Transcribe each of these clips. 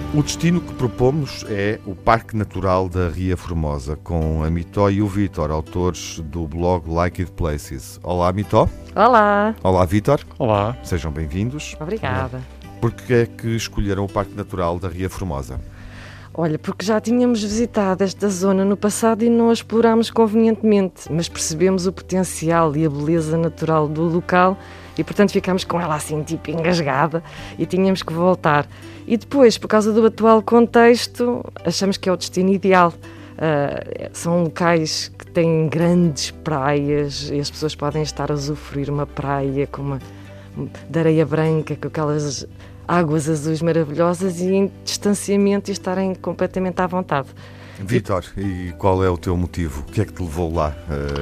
O destino que propomos é o Parque Natural da Ria Formosa, com a Mitó e o Vítor, autores do blog Like It Places. Olá, Mitó. Olá. Olá, Vítor. Olá. Sejam bem-vindos. Obrigada. Por que é que escolheram o Parque Natural da Ria Formosa? Olha, porque já tínhamos visitado esta zona no passado e não a explorámos convenientemente, mas percebemos o potencial e a beleza natural do local e, portanto, ficámos com ela assim, tipo, engasgada e tínhamos que voltar. E depois, por causa do atual contexto, achamos que é o destino ideal. São locais que têm grandes praias e as pessoas podem estar a usufruir uma praia de areia branca, com aquelas águas azuis maravilhosas e em distanciamento e estarem completamente à vontade. Vítor, e qual é o teu motivo? O que é que te levou lá?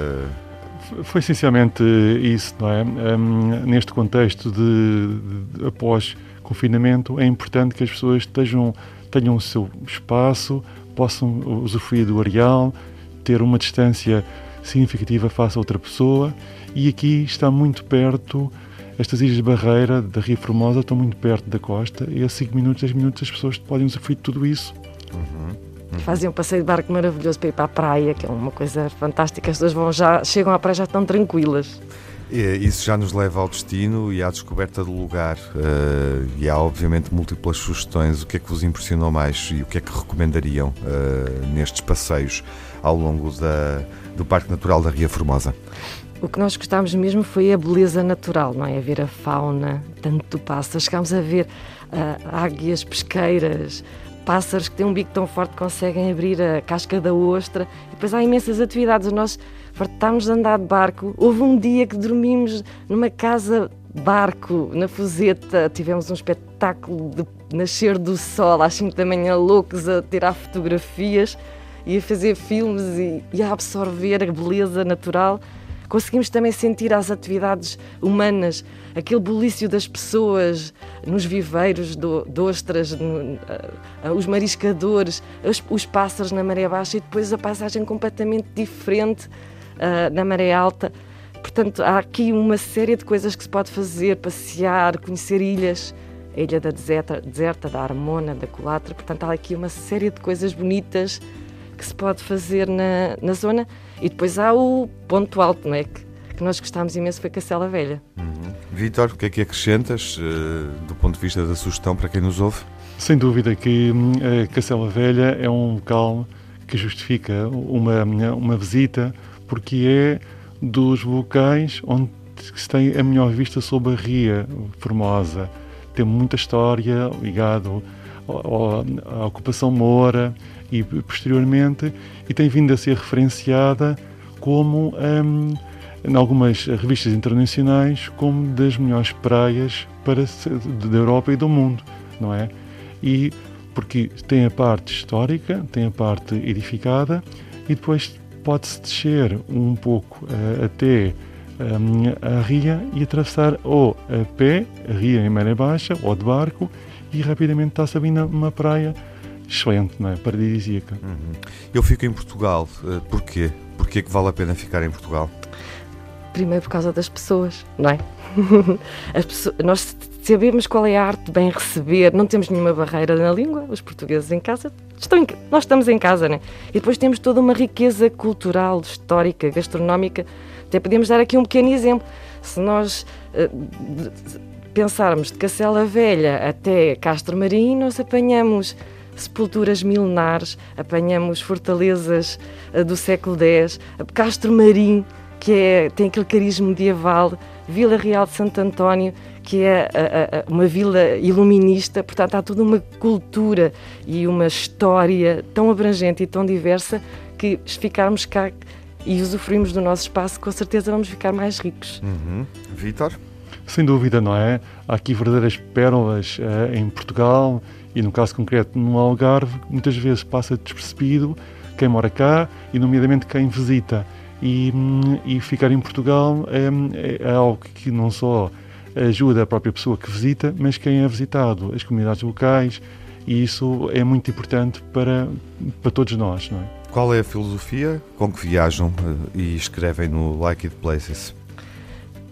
Foi essencialmente isso, não é? Neste contexto de após-confinamento, é importante que as pessoas tenham o seu espaço, possam usufruir do areal, ter uma distância significativa face a outra pessoa, e aqui está muito perto. Estas ilhas de barreira da Ria Formosa estão muito perto da costa e a 5 minutos, 10 minutos as pessoas podem usufruir de tudo isso. Fazem um passeio de barco maravilhoso para ir para a praia, que é uma coisa fantástica. As pessoas chegam à praia já estão tranquilas. Isso já nos leva ao destino e à descoberta do lugar. E há, obviamente, múltiplas sugestões. O que é que vos impressionou mais e o que é que recomendariam nestes passeios ao longo do Parque Natural da Ria Formosa? O que nós gostámos mesmo foi a beleza natural, não é? A ver a fauna, tanto pássaros. Chegámos a ver águias pesqueiras, pássaros que têm um bico tão forte que conseguem abrir a casca da ostra. E depois há imensas atividades. Nós fartámos de andar de barco. Houve um dia que dormimos numa casa barco, na Fuseta. Tivemos um espetáculo de nascer do sol às 5 da manhã, loucos a tirar fotografias e a fazer filmes e a absorver a beleza natural. Conseguimos também sentir as atividades humanas, aquele bulício das pessoas nos viveiros de ostras, os mariscadores, os pássaros na maré baixa e depois a paisagem completamente diferente na maré alta. Portanto, há aqui uma série de coisas que se pode fazer, passear, conhecer ilhas, a Ilha da Deserta, da Armona, da Colatra. Portanto, há aqui uma série de coisas bonitas que se pode fazer na zona. E depois há o ponto alto, não é? Que nós gostámos imenso, foi Cacela Velha. Vítor, o que é que acrescentas do ponto de vista da sugestão para quem nos ouve? Sem dúvida que a Cacela Velha é um local que justifica uma visita, porque é dos locais onde se tem a melhor vista sobre a Ria Formosa. Tem muita história ligado à ocupação moura e posteriormente, e tem vindo a ser referenciada como, em algumas revistas internacionais, como das melhores praias da Europa e do mundo, não é? E porque tem a parte histórica, tem a parte edificada, e depois pode-se descer um pouco até a ria e atravessar ou a pé, a ria em maré baixa, ou de barco, e rapidamente está-se a vir numa praia excelente, não é? Paradisíaca. Eu fico em Portugal. Porquê? Porquê que vale a pena ficar em Portugal? Primeiro por causa das pessoas, não é? Nós sabemos qual é a arte de bem receber, não temos nenhuma barreira na língua, os portugueses em casa, nós estamos em casa, não é? E depois temos toda uma riqueza cultural, histórica, gastronómica. Até podemos dar aqui um pequeno exemplo. Se nós pensarmos de Cacela Velha até Castro Marim, nós apanhamos sepulturas milenares, apanhamos fortalezas do século X, Castro Marim, que tem aquele cariz medieval, Vila Real de Santo António, que é uma vila iluminista. Portanto, há toda uma cultura e uma história tão abrangente e tão diversa que, se ficarmos cá e usufruímos do nosso espaço, com certeza vamos ficar mais ricos. Vítor? Sem dúvida, não é? Há aqui verdadeiras pérolas em Portugal e, no caso concreto, no Algarve, muitas vezes passa despercebido quem mora cá e, nomeadamente, quem visita. E ficar em Portugal é algo que não só ajuda a própria pessoa que visita, mas quem é visitado, as comunidades locais, e isso é muito importante para todos nós, não é? Qual é a filosofia com que viajam e escrevem no Like It Places?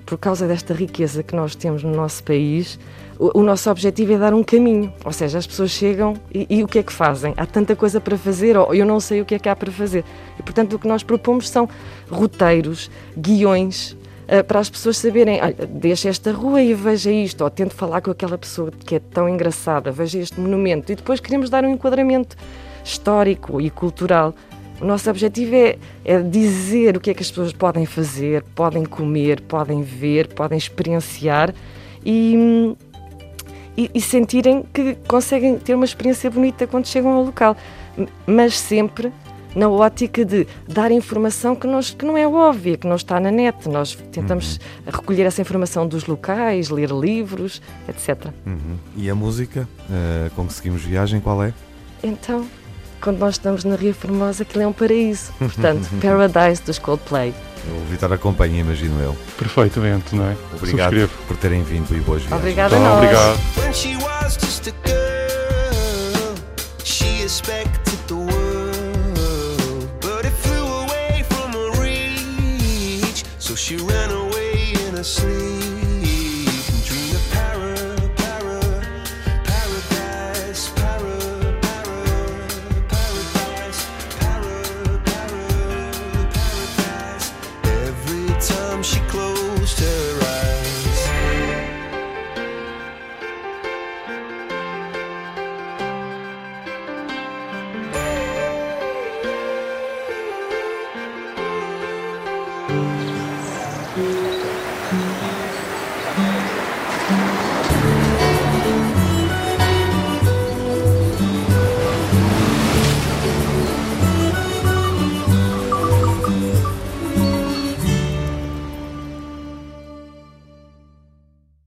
por causa desta riqueza que nós temos no nosso país, o nosso objetivo é dar um caminho. Ou seja, as pessoas chegam e o que é que fazem? Há tanta coisa para fazer, ou eu não sei o que é que há para fazer. E, portanto, o que nós propomos são roteiros, guiões, para as pessoas saberem, olha, deixa esta rua e veja isto, ou tente falar com aquela pessoa que é tão engraçada, veja este monumento. E depois queremos dar um enquadramento histórico e cultural. O nosso objetivo é dizer o que é que as pessoas podem fazer, podem comer, podem ver, podem experienciar e sentirem que conseguem ter uma experiência bonita quando chegam ao local. Mas sempre na ótica de dar informação que não é óbvia, que não está na net. Nós tentamos recolher essa informação dos locais, ler livros, etc. E a música com que seguimos viagem, qual é? Então, quando nós estamos na Ria Formosa, aquilo é um paraíso. Portanto, Paradise dos Coldplay. O Vitor acompanha, imagino eu. Perfeitamente, não é? Obrigado Subscrevo. por terem vindo e boas viagens. Obrigada a nós. Obrigado. When she was just a girl, she expected the world, but it flew away from her reach, so she ran away in her sleep.